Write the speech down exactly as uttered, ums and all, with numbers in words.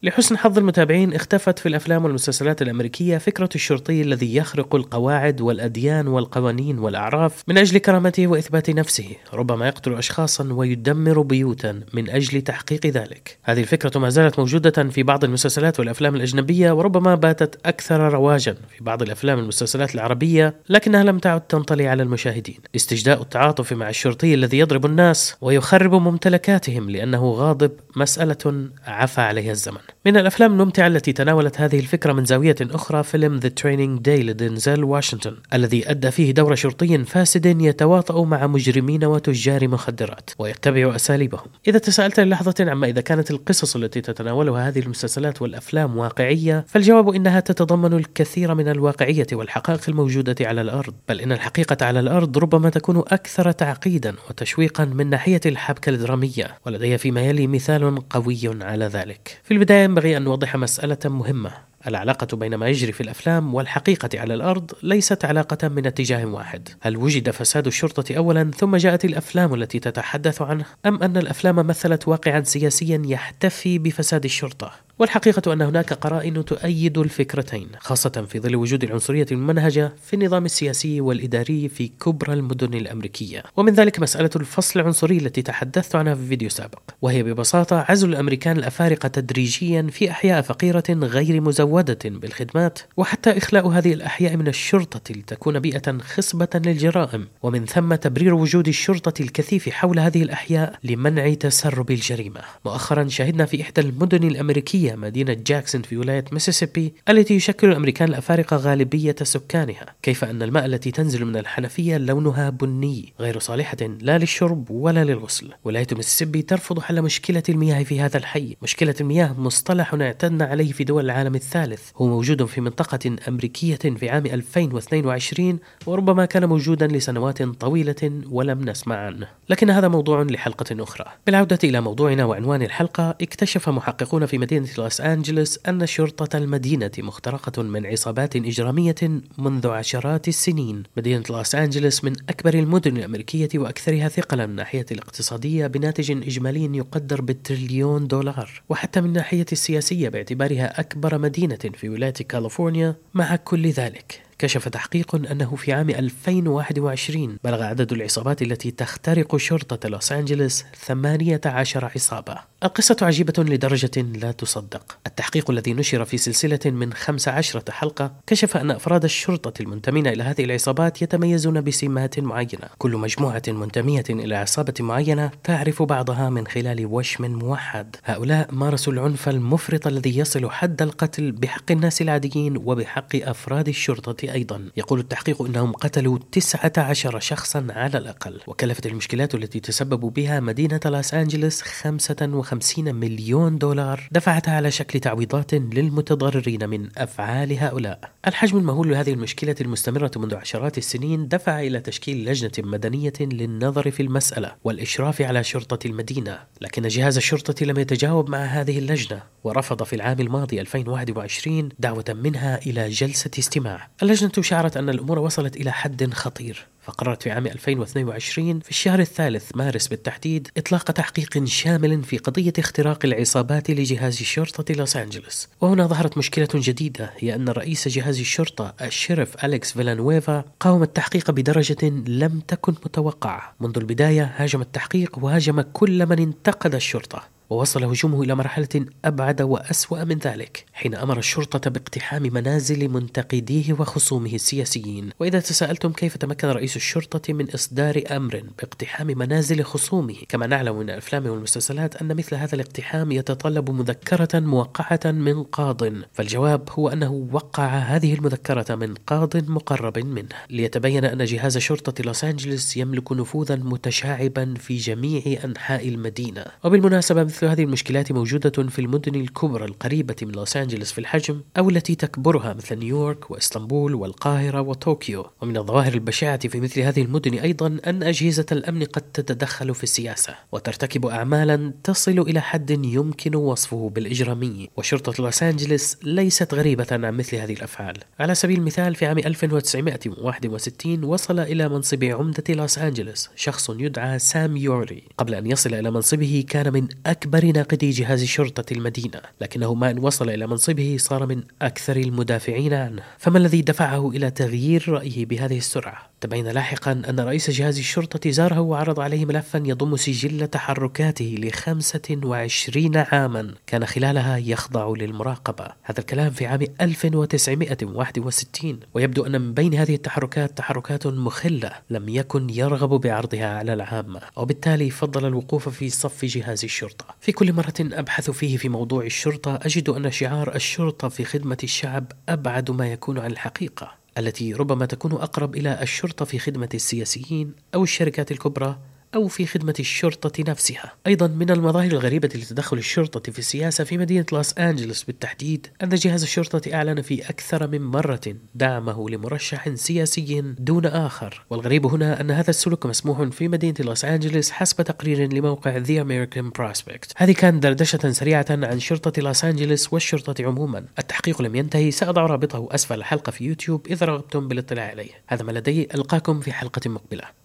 لحسن حظ المتابعين اختفت في الأفلام والمسلسلات الأمريكية فكرة الشرطي الذي يخرق القواعد والأديان والقوانين والأعراف من أجل كرامته وإثبات نفسه، ربما يقتل أشخاصا ويدمر بيوتا من أجل تحقيق ذلك. هذه الفكرة ما زالت موجودة في بعض المسلسلات والأفلام الأجنبية، وربما باتت أكثر رواجا في بعض الأفلام والمسلسلات العربية، لكنها لم تعد تنطلي على المشاهدين. استجداء التعاطف مع الشرطي الذي يضرب الناس ويخرب ممتلكاتهم لأنه غاضب مسألة عفى عليها الزمن. من الأفلام الممتعة التي تناولت هذه الفكرة من زاوية أخرى فيلم The Training Day لدينزل واشنطن، الذي أدى فيه دور شرطي فاسد يتواطأ مع مجرمين وتجار مخدرات ويتبع أساليبهم. إذا تساءلت للحظة عما إذا كانت القصص التي تتناولها هذه المسلسلات والأفلام واقعية، فالجواب إنها تتضمن الكثير من الواقعية والحقائق الموجودة على الأرض، بل إن الحقيقة على الأرض ربما تكون أكثر تعقيدا وتشويقا من ناحية الحبكة الدرامية، ولدي فيما يلي مثال قوي على ذلك. في البداية ينبغي أن نوضح مسألة مهمة: العلاقة بين ما يجري في الأفلام والحقيقة على الأرض ليست علاقة من اتجاه واحد. هل وجد فساد الشرطة أولا ثم جاءت الأفلام التي تتحدث عنه، أم أن الأفلام مثلت واقعا سياسيا يحتفي بفساد الشرطة؟ والحقيقة أن هناك قرائن تؤيد الفكرتين، خاصة في ظل وجود العنصرية الممنهجة في النظام السياسي والإداري في كبرى المدن الأمريكية. ومن ذلك مسألة الفصل العنصري التي تحدثت عنها في فيديو سابق، وهي ببساطة عزل الأمريكان الأفارقة تدريجيا في أحياء فقيرة غير مزودة بالخدمات، وحتى إخلاء هذه الأحياء من الشرطة لتكون بيئة خصبة للجرائم، ومن ثم تبرير وجود الشرطة الكثيف حول هذه الأحياء لمنع تسرب الجريمة. مؤخرا شهدنا في إحدى المدن الأمريكية مدينة جاكسون في ولاية ميسيسيبي التي يشكل الأمريكان الأفارقة غالبية سكانها، كيف أن الماء التي تنزل من الحنفية لونها بني غير صالحة لا للشرب ولا للغسل. ولاية ميسيسيبي ترفض حل مشكلة المياه في هذا الحي. مشكلة المياه مصطلح اعتدنا عليه في دول العالم الثالث، هو موجود في منطقة أمريكية في عام ألفين واثنين وعشرين، وربما كان موجودا لسنوات طويلة ولم نسمع عنه، لكن هذا موضوع لحلقة أخرى. بالعودة إلى موضوعنا وعنوان الحلقة، اكتشف محققون في مدينة لوس أنجلوس أن شرطة المدينة مخترقة من عصابات إجرامية منذ عشرات السنين. مدينة لوس أنجلوس من أكبر المدن الأمريكية وأكثرها ثقلا من ناحية الاقتصادية بناتج إجمالي يقدر بالتريليون دولار، وحتى من ناحية السياسية باعتبارها أكبر مدينة في ولاية كاليفورنيا. مع كل ذلك كشف تحقيق أنه في عام ألفين وواحد وعشرين بلغ عدد العصابات التي تخترق شرطة لوس أنجلوس ثمانية عشر عصابة. القصة عجيبة لدرجة لا تصدق. التحقيق الذي نشر في سلسلة من خمس عشرة حلقة كشف أن أفراد الشرطة المنتمين إلى هذه العصابات يتميزون بسمات معينة. كل مجموعة منتمية إلى عصابة معينة تعرف بعضها من خلال وشم موحد. هؤلاء مارسوا العنف المفرط الذي يصل حد القتل بحق الناس العاديين وبحق أفراد الشرطة أيضا. يقول التحقيق أنهم قتلوا تسعة عشر شخصا على الأقل، وكلفت المشكلات التي تسببوا بها مدينة لوس أنجلوس خمسة وخمسين مليون دولار دفعتها على شكل تعويضات للمتضررين من أفعال هؤلاء. الحجم المهول لهذه المشكلة المستمرة منذ عشرات السنين دفع إلى تشكيل لجنة مدنية للنظر في المسألة والإشراف على شرطة المدينة، لكن جهاز الشرطة لم يتجاوب مع هذه اللجنة ورفض في العام الماضي ألفين وواحد وعشرين دعوة منها إلى جلسة استماع. اللجنة شعرت أن الأمور وصلت إلى حد خطير، فقررت في عام ألفين واثنين وعشرين في الشهر الثالث مارس بالتحديد إطلاق تحقيق شامل في قضية اختراق العصابات لجهاز الشرطة لوس أنجلوس. وهنا ظهرت مشكلة جديدة، هي أن رئيس جهاز الشرطة الشرف أليكس فيلانويفا قاوم التحقيق بدرجة لم تكن متوقعة. منذ البداية هاجم التحقيق وهاجم كل من انتقد الشرطة، ووصل هجومه إلى مرحلة أبعد وأسوأ من ذلك حين أمر الشرطة باقتحام منازل منتقديه وخصومه السياسيين. وإذا تساءلتم كيف تمكن رئيس الشرطة من إصدار أمر باقتحام منازل خصومه، كما نعلم من الأفلام والمسلسلات أن مثل هذا الاقتحام يتطلب مذكرة موقعة من قاض، فالجواب هو أنه وقع هذه المذكرة من قاض مقرب منه ليتبين أن جهاز شرطة لوس أنجلوس يملك نفوذا متشعبا في جميع أنحاء المدينة. وبالمناسبة مثل هذه المشكلات موجودة في المدن الكبرى القريبة من لوس أنجلوس في الحجم أو التي تكبرها مثل نيويورك وإسطنبول والقاهرة وطوكيو. ومن الظواهر البشعة في مثل هذه المدن أيضا أن أجهزة الأمن قد تتدخل في السياسة وترتكب أعمالا تصل إلى حد يمكن وصفه بالإجرامي، وشرطة لوس أنجلوس ليست غريبة عن مثل هذه الأفعال. على سبيل المثال في عام ألف وتسعمائة وواحد وستين وصل إلى منصب عمدة لوس أنجلوس شخص يدعى سام يوري. قبل أن يصل إلى منصبه كان من أكبر أكبر ناقدي جهاز شرطة المدينة، لكنه ما إن وصل إلى منصبه صار من أكثر المدافعين عنه. فما الذي دفعه إلى تغيير رأيه بهذه السرعة؟ تبين لاحقا أن رئيس جهاز الشرطة زاره وعرض عليه ملفا يضم سجل تحركاته لخمسة وعشرين عاما كان خلالها يخضع للمراقبة. هذا الكلام في عام ألف وتسعمائة وواحد وستين، ويبدو أن من بين هذه التحركات تحركات مخلة لم يكن يرغب بعرضها على العامة، وبالتالي فضل الوقوف في صف جهاز الشرطة. في كل مرة أبحث فيه في موضوع الشرطة أجد أن شعار الشرطة في خدمة الشعب أبعد ما يكون عن الحقيقة، التي ربما تكون أقرب إلى الشرطة في خدمة السياسيين أو الشركات الكبرى أو في خدمة الشرطة نفسها. أيضا من المظاهر الغريبة لتدخل الشرطة في السياسة في مدينة لوس أنجلوس بالتحديد أن جهاز الشرطة أعلن في أكثر من مرة دعمه لمرشح سياسي دون آخر، والغريب هنا أن هذا السلوك مسموح في مدينة لوس أنجلوس حسب تقرير لموقع The American Prospect. هذه كانت دردشة سريعة عن شرطة لوس أنجلوس والشرطة عموما. التحقيق لم ينتهي، سأضع رابطه أسفل الحلقة في يوتيوب إذا رغبتم بالاطلاع عليه. هذا ما لدي، ألقاكم في حلقة مقبلة.